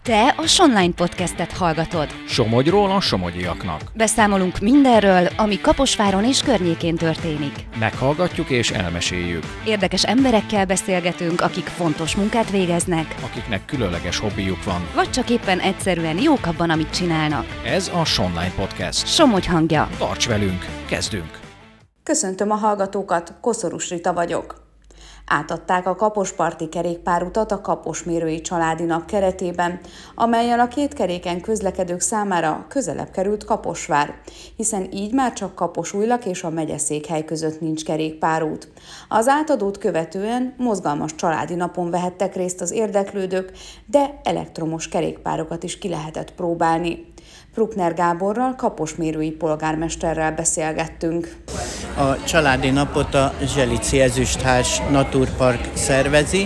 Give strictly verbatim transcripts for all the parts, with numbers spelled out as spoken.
Te a Sonline podcastet hallgatod. Somogyról a somogyiaknak. Beszámolunk mindenről, ami Kaposváron és környékén történik. Meghallgatjuk és elmeséljük. Érdekes emberekkel beszélgetünk, akik fontos munkát végeznek. Akiknek különleges hobbijuk van. Vagy csak éppen egyszerűen jók abban, amit csinálnak. Ez a Sonline Podcast. Somogy hangja. Tarts velünk, kezdünk! Köszöntöm a hallgatókat, Koszorús Rita vagyok. Átadták a kaposparti kerékpárutat a Kaposmérői Családi Nap keretében, amellyel a két keréken közlekedők számára közelebb került Kaposvár, hiszen így már csak Kaposújlak és a megyeszékhely között nincs kerékpárút. Az átadót követően mozgalmas családi napon vehettek részt az érdeklődők, de elektromos kerékpárokat is ki lehetett próbálni. Bruckner Gáborral, kaposmérői polgármesterrel beszélgettünk. A családi napot a Zselici Ezüstház Naturpark szervezi.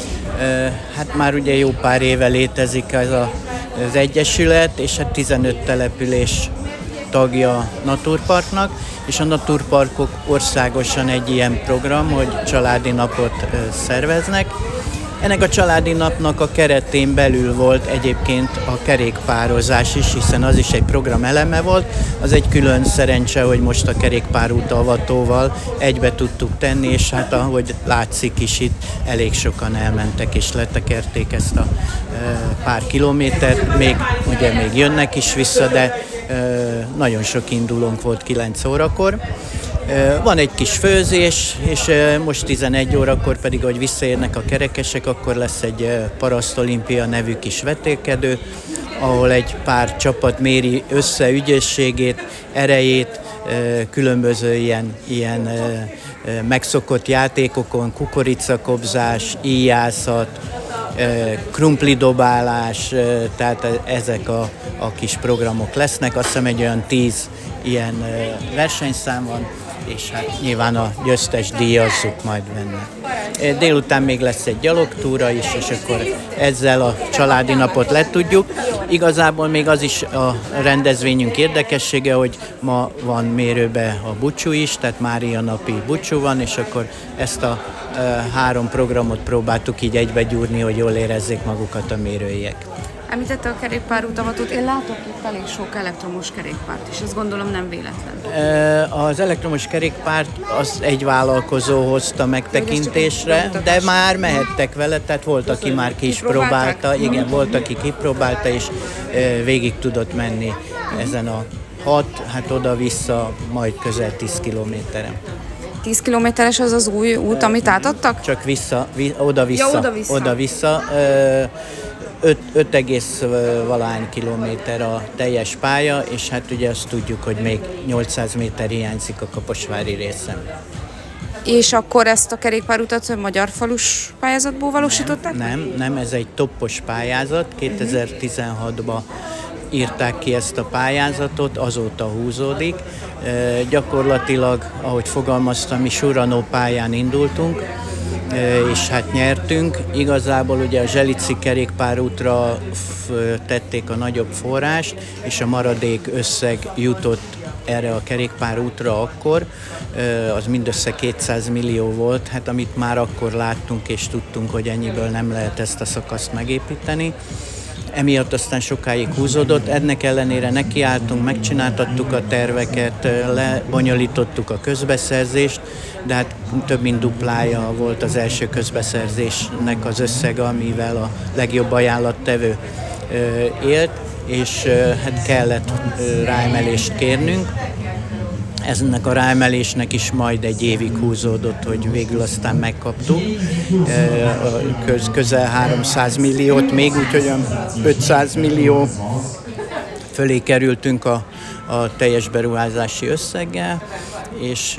Hát már ugye jó pár éve létezik ez a, az egyesület, és hát tizenöt település tagja a Naturparknak, és a Naturparkok országosan egy ilyen program, hogy családi napot szerveznek. Ennek a családi napnak a keretén belül volt egyébként a kerékpározás is, hiszen az is egy program eleme volt. Az egy külön szerencse, hogy most a kerékpárút avatóval egybe tudtuk tenni, és hát ahogy látszik is itt, elég sokan elmentek és letekerték ezt a e, pár kilométert. Még, ugye még jönnek is vissza, de e, nagyon sok indulónk volt kilenc órakor. Van egy kis főzés, és most tizenegy órakor pedig, hogy visszaérnek a kerekesek, akkor lesz egy Parasztolimpia nevű kis vetélkedő, ahol egy pár csapat méri össze ügyességét, erejét, különböző ilyen, ilyen megszokott játékokon, kukoricakobzás, íjászat, krumplidobálás, tehát ezek a, a kis programok lesznek. Azt hiszem egy olyan tíz ilyen versenyszám van, és hát nyilván a győztes díjazzuk majd benne. Délután még lesz egy gyalogtúra is, és akkor ezzel a családi napot letudjuk. Igazából még az is a rendezvényünk érdekessége, hogy ma van Mérőbe a búcsú is, tehát Mária napi búcsú van, és akkor ezt a e, három programot próbáltuk így egybegyúrni, hogy jól érezzék magukat a mérőiek. Említette a kerékpárutavatot, én látok itt elég sok elektromos kerékpárt is, ezt gondolom nem véletlen. Az elektromos kerékpárt az egy vállalkozó hozta megtekintésre, de már mehettek vele, tehát volt, aki már ki is próbálta, igen, volt, aki kipróbálta, és végig tudott menni ezen a hat, hát oda-vissza, majd közel tíz kilométeren. tíz kilométeres az az új út, amit átadtak? Csak vissza, oda-vissza, ja, oda-vissza. oda-vissza. öt egész valahány kilométer a teljes pálya, és hát ugye azt tudjuk, hogy még nyolcszáz méter hiányzik a kaposvári részen. És akkor ezt a kerékpárutat magyar falus pályázatból valósították? Nem, nem, nem, ez egy toppos pályázat, kétezer-tizenhatban írták ki ezt a pályázatot, azóta húzódik. E, gyakorlatilag, ahogy fogalmaztam, mi Suranó pályán indultunk, és hát nyertünk. Igazából ugye a Zselici kerékpárútra tették a nagyobb forrást, és a maradék összeg jutott erre a kerékpárútra akkor, az mindössze kétszáz millió volt, hát amit már akkor láttunk és tudtunk, hogy ennyiből nem lehet ezt a szakaszt megépíteni. Emiatt aztán sokáig húzódott, ennek ellenére nekiálltunk, megcsináltattuk a terveket, lebonyolítottuk a közbeszerzést, de hát több mint duplája volt az első közbeszerzésnek az összege, amivel a legjobb ajánlattevő élt, és hát kellett ráemelést kérnünk. Ennek a ráemelésnek is majd egy évig húzódott, hogy végül aztán megkaptuk. Köz, közel háromszáz milliót, még úgyhogy ötszáz millió fölé kerültünk a, a teljes beruházási összeggel, és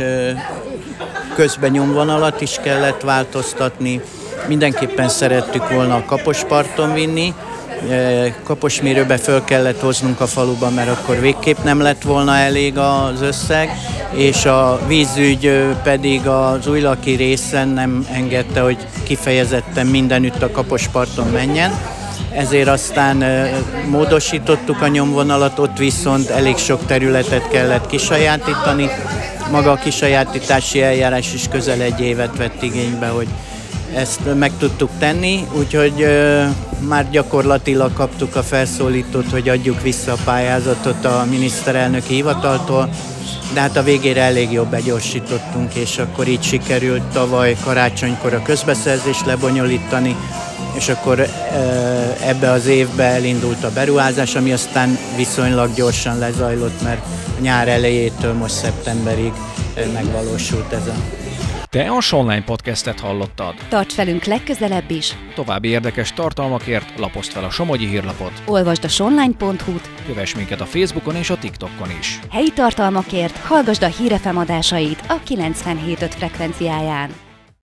közben nyomvonalat is kellett változtatni. Mindenképpen szerettük volna a Kaposparton vinni, Kaposmérőbe föl kellett hoznunk a faluba, mert akkor végképp nem lett volna elég az összeg, és a vízügy pedig az újlaki részen nem engedte, hogy kifejezetten mindenütt a Kaposparton menjen. Ezért aztán módosítottuk a nyomvonalat, ott viszont elég sok területet kellett kisajátítani. Maga a kisajátítási eljárás is közel egy évet vett igénybe, hogy ezt meg tudtuk tenni, úgyhogy már gyakorlatilag kaptuk a felszólítót, hogy adjuk vissza a pályázatot a miniszterelnöki hivataltól, de hát a végére elég jobb begyorsítottunk, és akkor így sikerült tavaly karácsonykor a közbeszerzést lebonyolítani, és akkor ebbe az évbe elindult a beruházás, ami aztán viszonylag gyorsan lezajlott, mert nyár elejétől most szeptemberig megvalósult ez a... Te a Sonline podcastet hallottad. Tarts velünk legközelebb is. További érdekes tartalmakért lapozd fel a Somogyi Hírlapot. Olvasd a sonline pont hu-t. Kövess minket a Facebookon és a TikTokon is. Helyi tartalmakért hallgasd a Hír ef em adásait a kilencvenhét egész öt frekvenciáján.